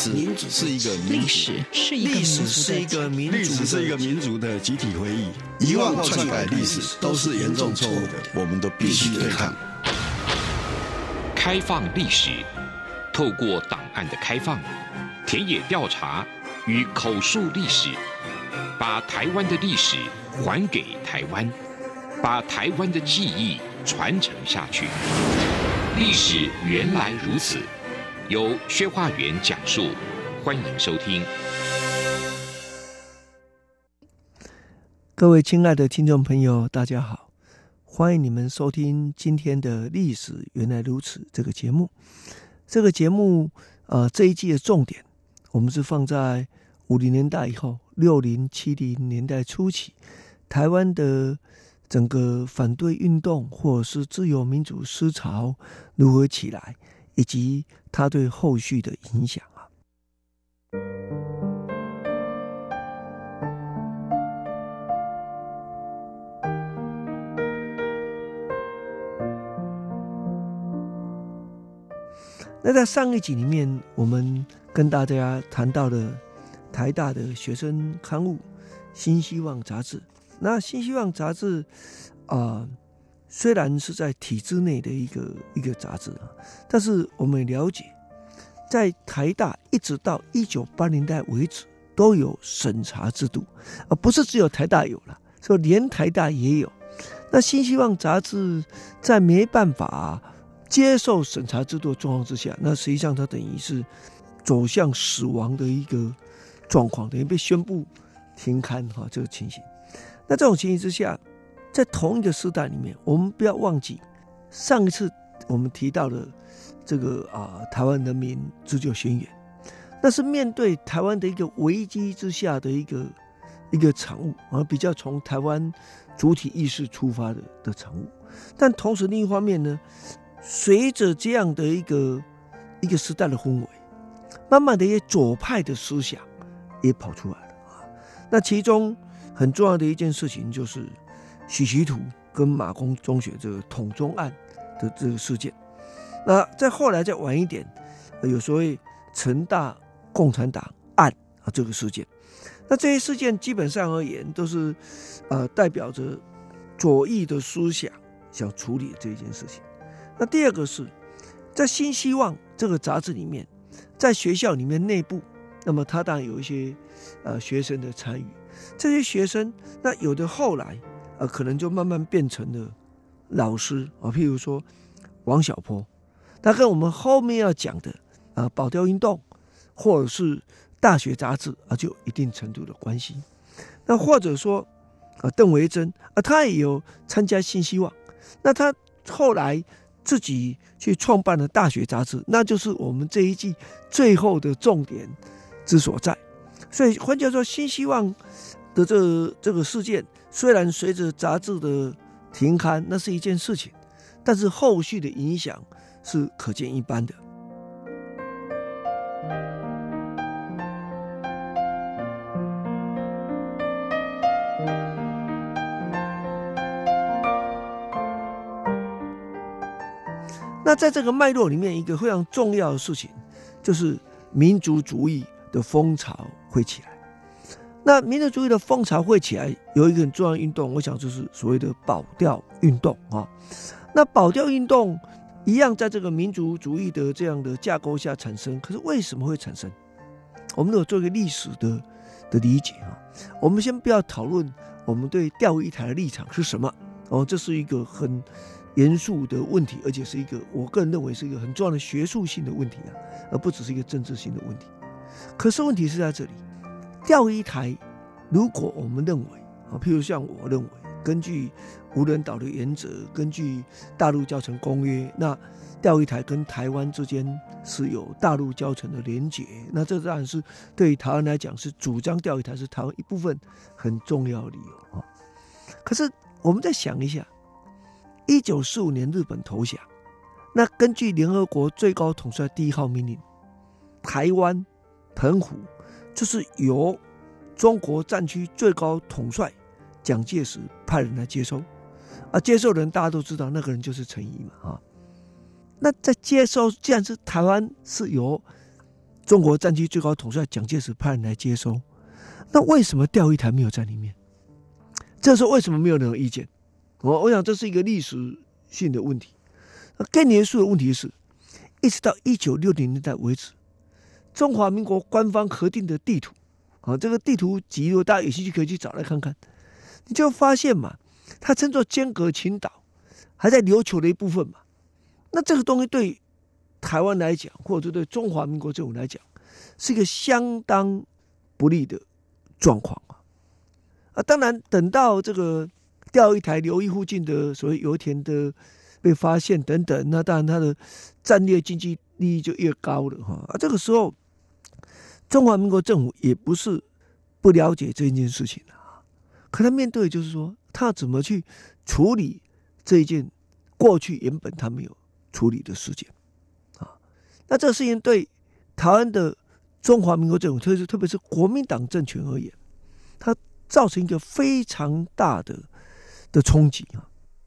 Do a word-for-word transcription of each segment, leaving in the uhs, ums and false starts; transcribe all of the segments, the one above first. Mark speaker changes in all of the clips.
Speaker 1: 史是一个
Speaker 2: 历史是一个
Speaker 3: 历史是一个民
Speaker 1: 历
Speaker 3: 族
Speaker 1: 史是一个民族的集体回忆，遗忘或篡改历史都是严重错误的，我们都必须对抗。
Speaker 4: 开放历史，透过档案的开放、田野调查与口述历史，把台湾的历史还给台湾，把台湾的记忆传承下去。历史原来如此，由薛化元讲述，欢迎收听。
Speaker 3: 各位亲爱的听众朋友，大家好，欢迎你们收听今天的《历史原来如此》这个节目。这个节目，呃，这一季的重点，我们是放在五零年代以后，六零、七零年代初期，台湾的整个反对运动或者是自由民主思潮如何起来，以及它对后续的影响啊。那在上一集里面，我们跟大家谈到了台大的学生刊物《新希望》杂志。那《新希望》杂志啊、呃，虽然是在体制内的一个一个杂志啊，但是我们了解，在台大一直到一九八零年代为止，都有审查制度，而不是只有台大有了，所以连台大也有。那《新希望》杂志在没办法接受审查制度的状况之下，那实际上它等于是走向死亡的一个状况，等于被宣布停刊哈，这个情形。那这种情形之下，在同一个时代里面，我们不要忘记上一次我们提到的这个啊、呃、台湾人民自救宣言，那是面对台湾的一个危机之下的一个一个产物啊，比较从台湾主体意识出发的的产物。但同时另一方面呢，随着这样的一个一个时代的氛围，慢慢的一些左派的思想也跑出来了啊。那其中很重要的一件事情就是许其图跟马公中学这个统中案的这个事件。那再后来再晚一点，有所谓成大共产党案啊这个事件。那这些事件基本上而言都是呃代表着左翼的思想想处理这件事情。那第二个是在新希望这个杂志里面，在学校里面内部，那么他当然有一些呃学生的参与，这些学生那有的后来呃可能就慢慢变成了老师啊，譬如说王小波，那跟我们后面要讲的呃保钓运动或者是大学杂志啊就有一定程度的关系。那或者说啊邓维珍啊他也有参加新希望，那他后来自己去创办了大学杂志，那就是我们这一季最后的重点之所在。所以换句话说，新希望的这个、这个事件，虽然随着杂志的停刊那是一件事情，但是后续的影响是可见一斑的。那在这个脉络里面，一个非常重要的事情就是民族主义的风潮会起来。那民族主义的风潮会起来，有一个很重要的运动，我想就是所谓的保钓运动啊。那保钓运动一样在这个民族主义的这样的架构下产生，可是为什么会产生？我们有做一个历史的的理解啊。我们先不要讨论我们对钓鱼台的立场是什么哦，这是一个很严肃的问题，而且是一个我个人认为是一个很重要的学术性的问题啊，而不只是一个政治性的问题。可是问题是在这里，钓鱼台如果我们认为啊，譬如像我认为，根据无人岛的原则，根据大陆交乘公约，那钓鱼台跟台湾之间是有大陆交乘的连结，那这当然是对于台湾来讲是主张钓鱼台是台湾一部分很重要的理由啊。可是我们再想一下，一九四五年日本投降，那根据联合国最高统帅第一号命令，台湾澎湖就是由中国战区最高统帅蒋介石派人来接收，啊，接受人大家都知道，那个人就是陈仪嘛啊。那在接收，既然是台湾是由中国战区最高统帅蒋介石派人来接收。那为什么钓鱼台没有在里面？这时候为什么没有人有意见？我我想这是一个历史性的问题。那更严肃的问题是，一直到一九六零年代为止，中华民国官方核定的地图，啊，这个地图集，如果大家有兴趣可以去找来看看，你就发现嘛，它称作尖阁群岛，还在琉球的一部分嘛。那这个东西对台湾来讲，或者对中华民国政府来讲，是一个相当不利的状况啊。啊，当然，等到这个钓鱼台流域附近的所谓油田的被发现等等，那当然它的战略经济利益就越高了哈。啊，这个时候，中华民国政府也不是不了解这件事情啊，可他面对就是说，他怎么去处理这一件过去原本他没有处理的事件啊。那这个事情对台湾的中华民国政府，特别是特别是国民党政权而言，它造成一个非常大的的冲击啊。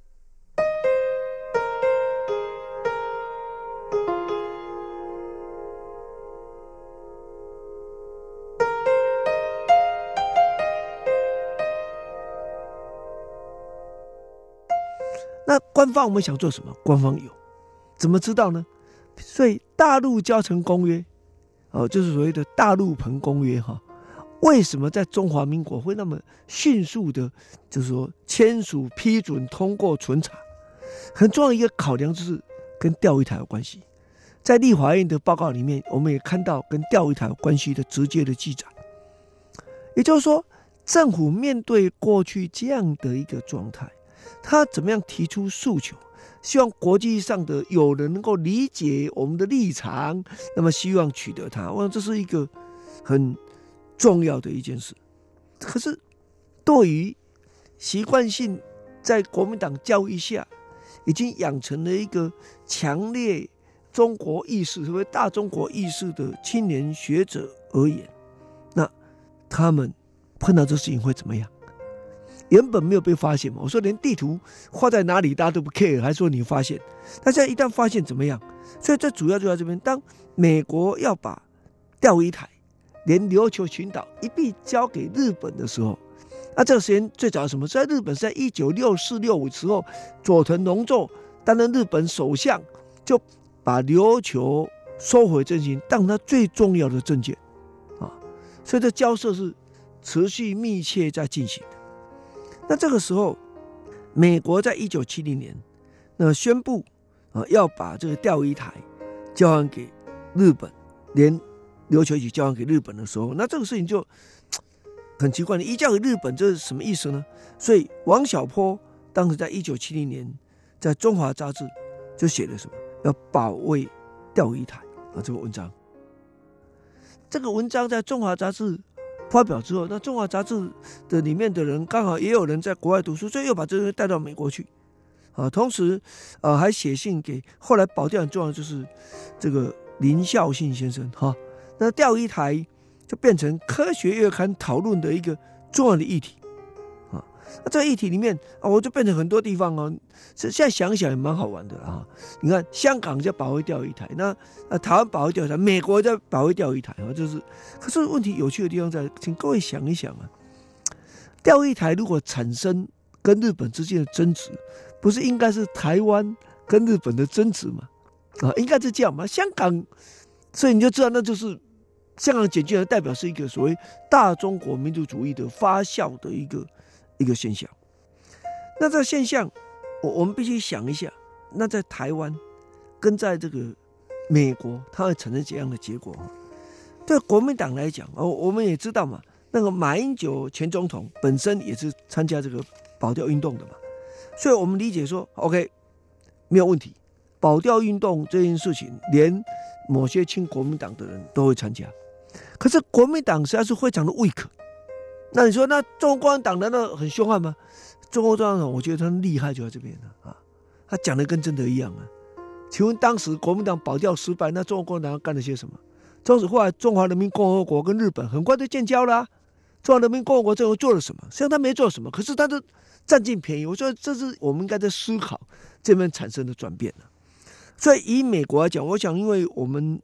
Speaker 3: 那官方我们想做什么？官方有，怎么知道呢？所以大陆交成公约，哦，就是所谓的大陆棚公约哈。为什么在中华民国会那么迅速的，就是说签署、批准、通过、存查？很重要的一个考量就是跟钓鱼台有关系。在立法院的报告里面，我们也看到跟钓鱼台有关系的直接的记载。也就是说，政府面对过去这样的一个状态，他怎么样提出诉求？希望国际上的有人能够理解我们的立场，那么希望取得它。我想这是一个很重要的一件事。可是对于习惯性在国民党教育下已经养成了一个强烈中国意识，所谓大中国意识的青年学者而言，那他们碰到这事情会怎么样？原本没有被发现嘛，我说连地图画在哪里大家都不 care， 还说你发现，那现在一旦发现怎么样？所以这主要就在这边，当美国要把钓鱼台连琉球群岛一并交给日本的时候，那这个时间最早是什么？在日本是在一九六四六五时候，佐藤荣作担任日本首相，就把琉球收回政权当他最重要的政见啊，所以这交涉是持续密切在进行的。那这个时候，美国在一九七零年，那宣布啊要把这个钓鱼台交还给日本，连琉球一起交还给日本的时候，那这个事情就很奇怪了。一交给日本，这是什么意思呢？所以王小波当时在一九七零年在中华杂志就写了什么？要保卫钓鱼台啊，这个文章。这个文章在中华杂志发表之后，那中华杂志的里面的人刚好也有人在国外读书，所以又把这个带到美国去啊。同时，呃，还写信给后来保钓很重要的就是这个林孝信先生哈。那钓鱼台就变成科学月刊讨论的一个重要的议题啊。那这个议题里面啊，我就变成很多地方哦，现在想想也蛮好玩的啊。你看，香港在保卫钓鱼台，那呃台湾保卫钓鱼台，美国在保卫钓鱼台啊，就是。可是问题有趣的地方在，请各位想一想啊，钓鱼台如果产生跟日本之间的争执，不是应该是台湾跟日本的争执吗？啊，应该是这样嘛。香港，所以你就知道，那就是香港解决的代表是一个所谓大中国民族主义的发酵的一个一个现象。那这个现象，我我们必须想一下，那在台湾跟在这个美国，它会产生怎样的结果？对国民党来讲，哦，我们也知道嘛，那个马英九前总统本身也是参加这个保钓运动的嘛，所以我们理解说 ，OK， 没有问题。保钓运动这件事情，连某些亲国民党的人都会参加。可是国民党实在是非常的 weak。那你说，那中国共产党难道很凶悍吗？中国共产党，我觉得他厉害就在这边了啊，他讲的跟真的一样啊。请问当时国民党保钓失败，那中国共产党干了些什么？从此后来，中华人民共和国跟日本很快就建交了、啊。中华人民共和国最后做了什么？实际上他没做什么，可是他就占尽便宜。我说这是我们应该在思考这边产生的转变了。所以以美国来讲，我想因为我们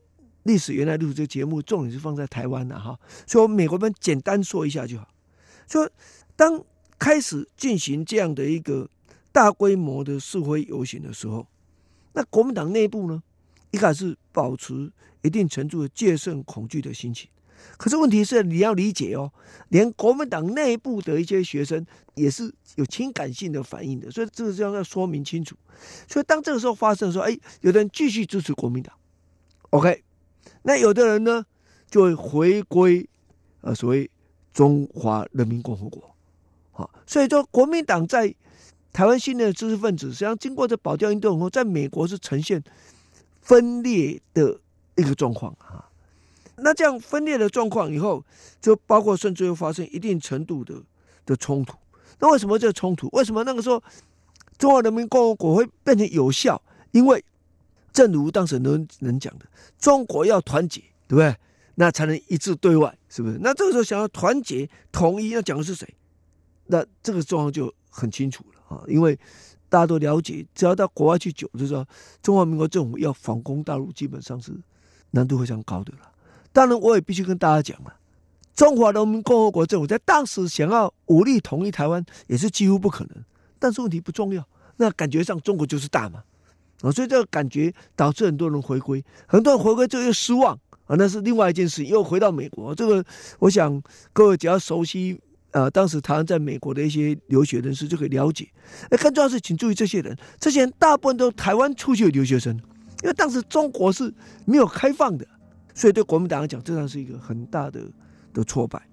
Speaker 3: 历史原来录这个节目重点是放在台湾了哈，所以我们美国人简单说一下就好。说当开始进行这样的一个大规模的示威游行的时候，那国民党内部呢，一开始保持一定程度的戒慎恐惧的心情。可是问题是你要理解哦，连国民党内部的一些学生也是有情感性的反应的，所以这个这样要说明清楚。所以当这个时候发生的时候，哎，有的人继续支持国民党 ，OK， 那有的人呢就会回归呃所谓中华人民共和国，好，所以说国民党在台湾新的知识分子，实际上经过这保钓运动后，在美国是呈现分裂的一个状况啊。那这样分裂的状况以后，就包括甚至会发生一定程度的的冲突。那为什么这个冲突？为什么那个时候中华人民共和国会变成有效？因为正如当时人人讲的，中国要团结，对不对？那才能一致对外，是不是？那这个时候想要团结统一，要讲的是谁？那这个状况就很清楚了啊，因为大家都了解，只要到国外去久，就知道中华民国政府要反攻大陆，基本上是难度非常高的了。当然，我也必须跟大家讲了，中华人民共和国政府在当时想要武力统一台湾，也是几乎不可能。但是问题不重要，那感觉上中国就是大嘛，啊，所以这个感觉导致很多人回归，很多人回归就又失望啊，那是另外一件事，又回到美国。这个我想各位只要熟悉呃当时台湾在美国的一些留学人士就可以了解。哎，更重要的是，请注意这些人，这些人大部分都是台湾出去的留学生，因为当时中国是没有开放的。所以对国民党来讲，这算是一个很大的的挫败。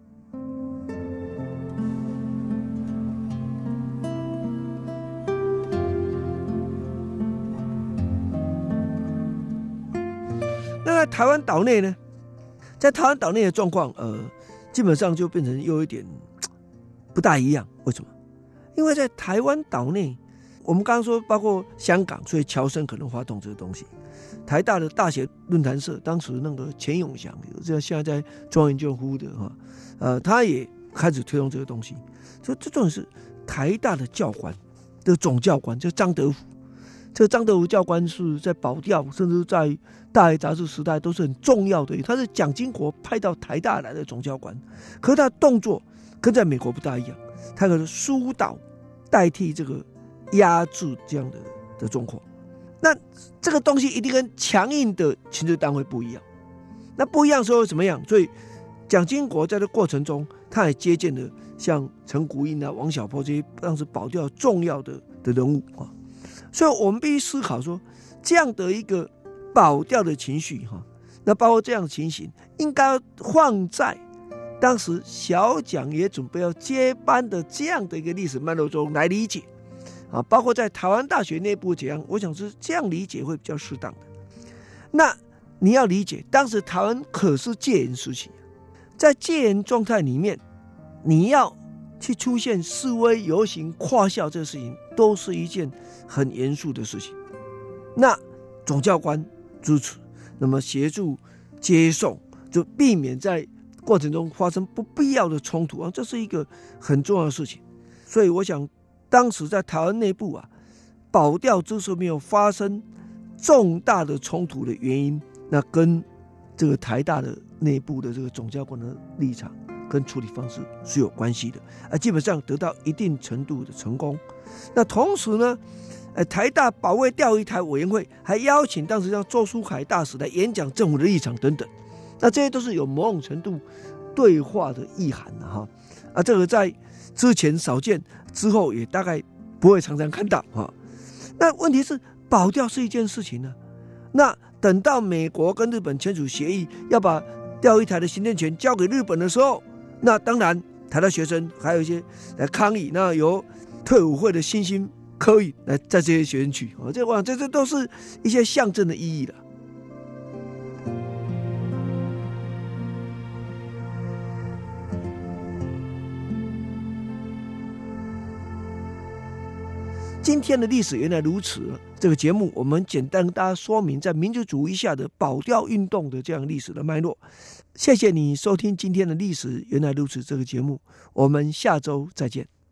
Speaker 3: 那在台湾岛内呢，在台湾岛内的状况，呃，基本上就变成又有一点不大一样。为什么？因为在台湾岛内，我们刚刚说包括香港，所以侨生可能发动这个东西。台大的大学论坛社，当时那个钱永祥，这现在在中央研究院的哈，呃，他也开始推动这个东西。所以这种是台大的教官的总教官，就张德福。这个张德福教官是在保钓，甚至在大学杂志时代都是很重要的。他是蒋经国派到台大来的总教官，可是他的动作跟在美国不大一样，他可是疏导代替这个压制这样的的状况。那这个东西一定跟强硬的情治单位不一样。那不一样的时候怎么样？所以蒋经国在这过程中，他也接见了像陈古应啊、王小波这些当时保钓重要的的人物啊。所以我们必须思考说，这样的一个保钓的情绪哈，那包括这样的情形，应该放在当时小蒋也准备要接班的这样的一个历史脉络中来理解。啊，包括在台湾大学内部这样，我想是这样理解会比较适当的。那你要理解，当时台湾可是戒严时期，在戒严状态里面，你要去出现示威游行、跨校这个事情，都是一件很严肃的事情。那总教官支持，那么协助接送，就避免在过程中发生不必要的冲突啊，这是一个很重要的事情。所以我想。当时在台湾内部啊，保钓之所以没有发生重大的冲突的原因，那跟这个台大的内部的这个总教官的立场跟处理方式是有关系的，啊，基本上得到一定程度的成功。那同时呢，呃，台大保卫钓鱼台委员会还邀请当时像周书凯大使来演讲政府的立场等等，那这些都是有某种程度对话的意涵的哈，啊，这个在之前少见。之后也大概不会常常看到哈。那问题是保钓是一件事情呢，那等到美国跟日本签署协议，要把钓鱼台的行政权交给日本的时候，那当然台大学生还有一些来抗议，那由退伍会的新兴科议来在这些学生去，这我想这这都是一些象征的意义了。今天的历史原来如此，这个节目我们简单跟大家说明在民族主义下的保钓运动的这样历史的脉络。谢谢你收听今天的历史原来如此这个节目，我们下周再见。